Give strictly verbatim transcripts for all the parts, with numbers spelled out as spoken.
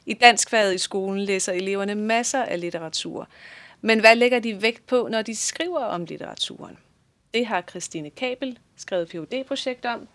I danskfaget i skolen læser eleverne masser af litteratur. Men hvad lægger de vægt på, når de skriver om litteraturen? Det har Christine Kabel skrevet P H D-projekt om,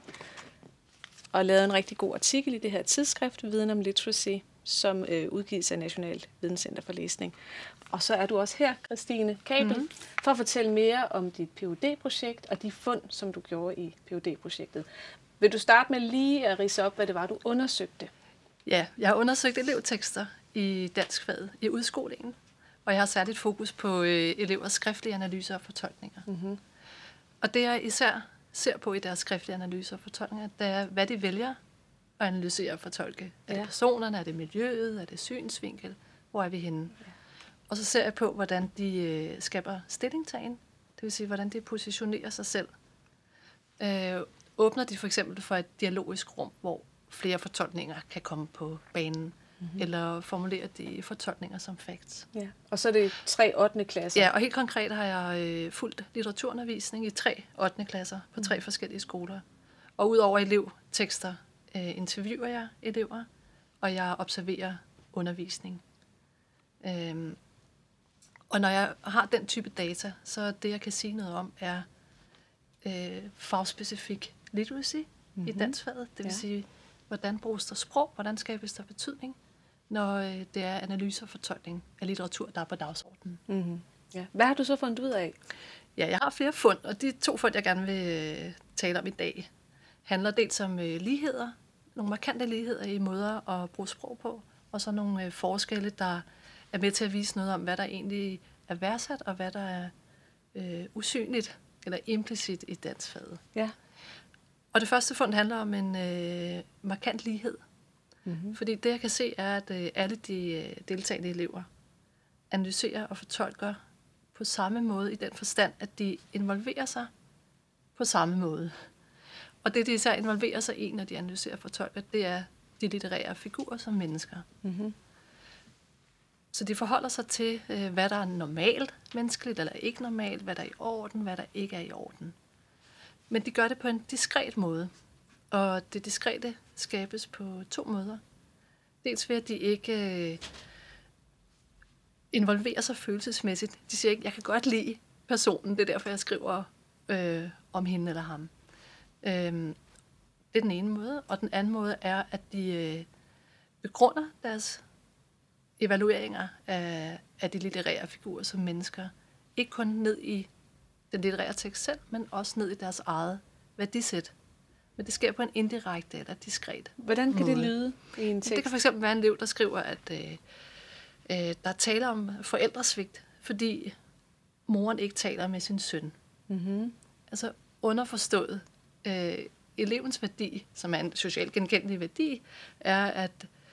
og lavet en rigtig god artikel i det her tidsskrift, Viden om Literacy, som øh, udgives af Nationalt Videnscenter for Læsning. Og så er du også her, Christine Kabel, mm-hmm. for at fortælle mere om dit P H D-projekt og de fund, som du gjorde i P H D-projektet. Vil du starte med lige at ridse op, hvad det var, du undersøgte? Ja, jeg har undersøgt elevtekster i danskfaget i udskolingen, og jeg har særligt fokus på øh, elevers skriftlige analyser og fortolkninger. Mm-hmm. Og det jeg især ser på i deres skriftlige analyser og fortolkninger, det er, hvad de vælger at analysere og fortolke. Er det personerne, er det miljøet, er det synsvinkel, hvor er vi henne? Ja. Og så ser jeg på, hvordan de øh, skaber stillingtagen, det vil sige, hvordan de positionerer sig selv. Øh, åbner de for eksempel for et dialogisk rum, hvor flere fortolkninger kan komme på banen, mm-hmm. eller formulerer de fortolkninger som facts. Ja. Og så er det tre ottende klasser. Ja, og helt konkret har jeg øh, fulgt litteraturundervisning i tre ottende klasser på tre mm. forskellige skoler. Og udover elevtekster øh, interviewer jeg elever, og jeg observerer undervisning. Øhm, og når jeg har den type data, så det jeg kan sige noget om er øh, fagspecifik literacy mm-hmm. i danskfaget. Det vil ja. sige, hvordan bruges der sprog, hvordan skabes der betydning, når øh, det er analyse og fortolkning af litteratur, der er på dagsordenen. Mm-hmm. Ja. Hvad har du så fundet ud af? Ja, jeg har flere fund, og de to fund, jeg gerne vil øh, tale om i dag, handler dels om øh, ligheder, nogle markante ligheder i måder at bruge sprog på, og så nogle øh, forskelle, der er med til at vise noget om, hvad der egentlig er værdsat, og hvad der er øh, usynligt eller implicit i danskfaget. Ja. Og det første fund handler om en øh, markant lighed. Mm-hmm. Fordi det, jeg kan se, er, at øh, alle de øh, deltagende elever analyserer og fortolker på samme måde, i den forstand, at de involverer sig på samme måde. Og det, de især involverer sig i, når de analyserer og fortolker, det er de litterære figurer som mennesker. Mm-hmm. Så de forholder sig til, øh, hvad der er normalt menneskeligt eller ikke normalt, hvad der er i orden, hvad der ikke er i orden. Men de gør det på en diskret måde. Og det diskrete skabes på to måder. Dels ved, at de ikke øh, involverer sig følelsesmæssigt. De siger ikke, jeg kan godt lide personen, det er derfor, jeg skriver øh, om hende eller ham. Øh, det er den ene måde. Og den anden måde er, at de øh, begrunder deres evalueringer af, af de litterære figurer som mennesker. Ikke kun ned i den litterære tekst selv, men også ned i deres eget værdisæt. Men det sker på en indirekte eller diskret Hvordan kan måde. det lyde i en tekst? Det kan fx være en elev, der skriver, at øh, øh, der taler om forældresvigt, fordi moren ikke taler med sin søn. Mm-hmm. Altså underforstået. Øh, elevens værdi, som er en socialt genkendelig værdi, er, at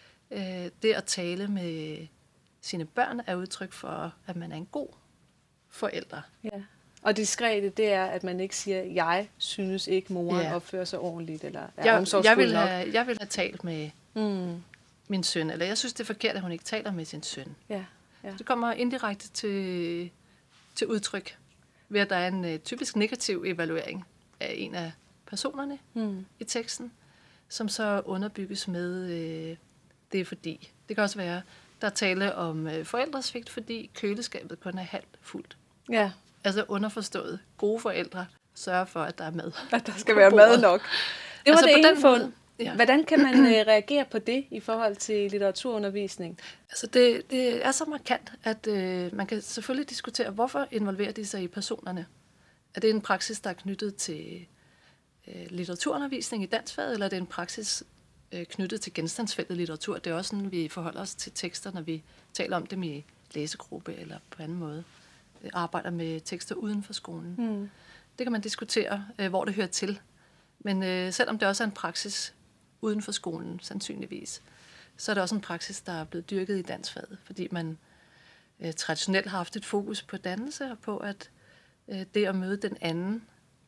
øh, det at tale med sine børn er udtryk for, at man er en god forælder. Ja. Og diskrete, det er, at man ikke siger, jeg synes ikke, moren ja. opfører sig ordentligt, eller er jeg, omsorgsfuld jeg vil nok. have, jeg vil have talt med mm. min søn, eller jeg synes, det er forkert, at hun ikke taler med sin søn. Ja. Ja. Så det kommer indirekte til, til udtryk, ved at der er en uh, typisk negativ evaluering af en af personerne mm. i teksten, som så underbygges med, uh, det er fordi. Det kan også være, der er tale om uh, forældresvigt, fordi køleskabet kun er halvt fuldt. Ja. Altså underforstået, gode forældre sørger for, at der er mad. At der skal være mad nok. Det var altså det ene fund. Ja. Hvordan kan man uh, reagere på det i forhold til litteraturundervisning? Altså det, det er så markant, at uh, man kan selvfølgelig diskutere, hvorfor involverer de sig i personerne. Er det en praksis, der er knyttet til uh, litteraturundervisning i danskfaget, eller er det en praksis uh, knyttet til genstandsfeltet litteratur? Det er også sådan, vi forholder os til tekster, når vi taler om dem i læsegruppe eller på anden måde. Arbejder med tekster uden for skolen. Mm. Det kan man diskutere, øh, hvor det hører til. Men øh, selvom det også er en praksis uden for skolen, sandsynligvis, så er det også en praksis, der er blevet dyrket i danskfaget, fordi man øh, traditionelt har haft et fokus på dannelse og på, at øh, det at møde den anden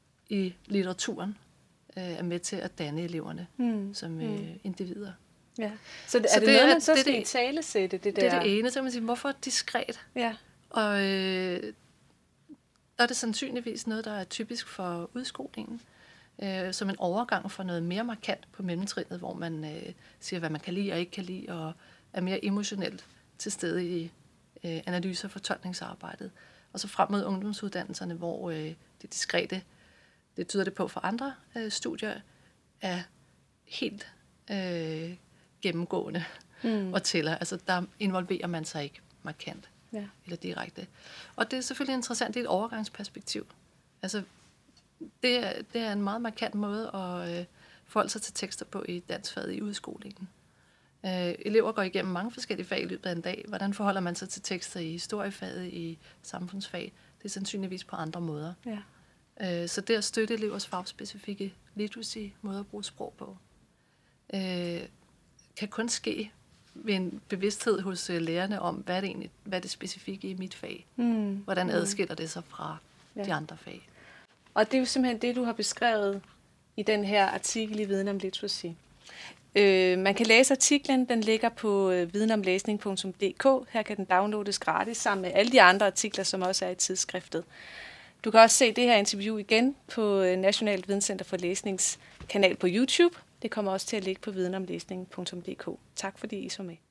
i litteraturen øh, er med til at danne eleverne mm. som øh, mm. individer. Ja. Så, det, så er det, det noget, man så det, skal det, italesætte? Det, der? det er det ene, så kan man sige, hvorfor diskret? Ja. Og øh, der er det sandsynligvis noget, der er typisk for udskolingen, øh, som en overgang for noget mere markant på mellemtrinnet, hvor man øh, siger, hvad man kan lide og ikke kan lide, og er mere emotionelt til stede i øh, analyse- og fortolkningsarbejdet. Og så frem mod ungdomsuddannelserne, hvor øh, det diskrete, det tyder det på for andre øh, studier, er helt øh, gennemgående mm. og tæller. Altså der involverer man sig ikke markant ja. eller direkte. Og det er selvfølgelig interessant i et overgangsperspektiv. Altså det er, det er en meget markant måde at øh, forholde sig til tekster på i danskfaget i udskolingen. Øh, elever går igennem mange forskellige fag i løbet af en dag. Hvordan forholder man sig til tekster i historiefaget, i samfundsfag? Det er sandsynligvis på andre måder. Ja. Øh, så det at støtte elevers fagspecifikke literacy, måde at bruge sprog på, øh, kan kun ske ved en bevidsthed hos øh, lærerne om, hvad er det egentlig, hvad er det specifikke i mit fag? Mm. Hvordan adskiller det sig fra ja. de andre fag? Og det er jo simpelthen det, du har beskrevet i den her artikel i Viden om Literacy. Øh, man kan læse artiklen, den ligger på øh, videnomlæsning punktum d k. Her kan den downloades gratis sammen med alle de andre artikler, som også er i tidsskriftet. Du kan også se det her interview igen på øh, Nationalt Videnscenter for Læsnings kanal på YouTube. Det kommer også til at ligge på videnomlæsning punktum d k. Tak fordi I så med.